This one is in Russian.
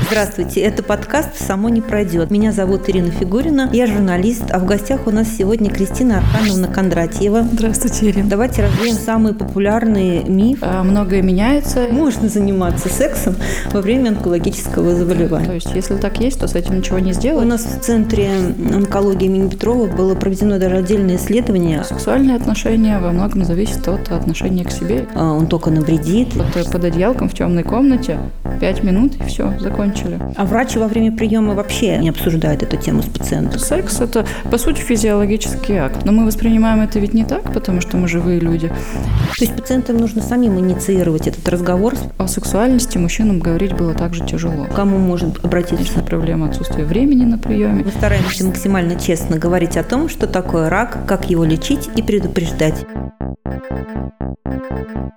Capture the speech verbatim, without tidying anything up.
Здравствуйте, это подкаст «Само не пройдет». Меня зовут Ирина Фигурина, я журналист, а в гостях у нас сегодня Кристина Аркановна Кондратьева. Здравствуйте, Ирина. Давайте развеем самый популярный миф. А, многое меняется. Можно заниматься сексом во время онкологического заболевания. То есть, если так есть, то с этим ничего не сделать. У нас в Центре онкологии имени Петрова было проведено даже отдельное исследование. Сексуальные отношения во многом зависят от отношения к себе. А, он только навредит. Вот под одеялком в темной комнате пять минут и все, закончили. А врачи во время приема вообще не обсуждают эту тему с пациентом? Секс – это, по сути, физиологический акт. Но мы воспринимаем это ведь не так, потому что мы живые люди. То есть пациентам нужно самим инициировать этот разговор? О сексуальности мужчинам говорить было также тяжело. Кому может обратиться? Проблема отсутствия времени на приеме. Мы стараемся максимально честно говорить о том, что такое рак, как его лечить и предупреждать.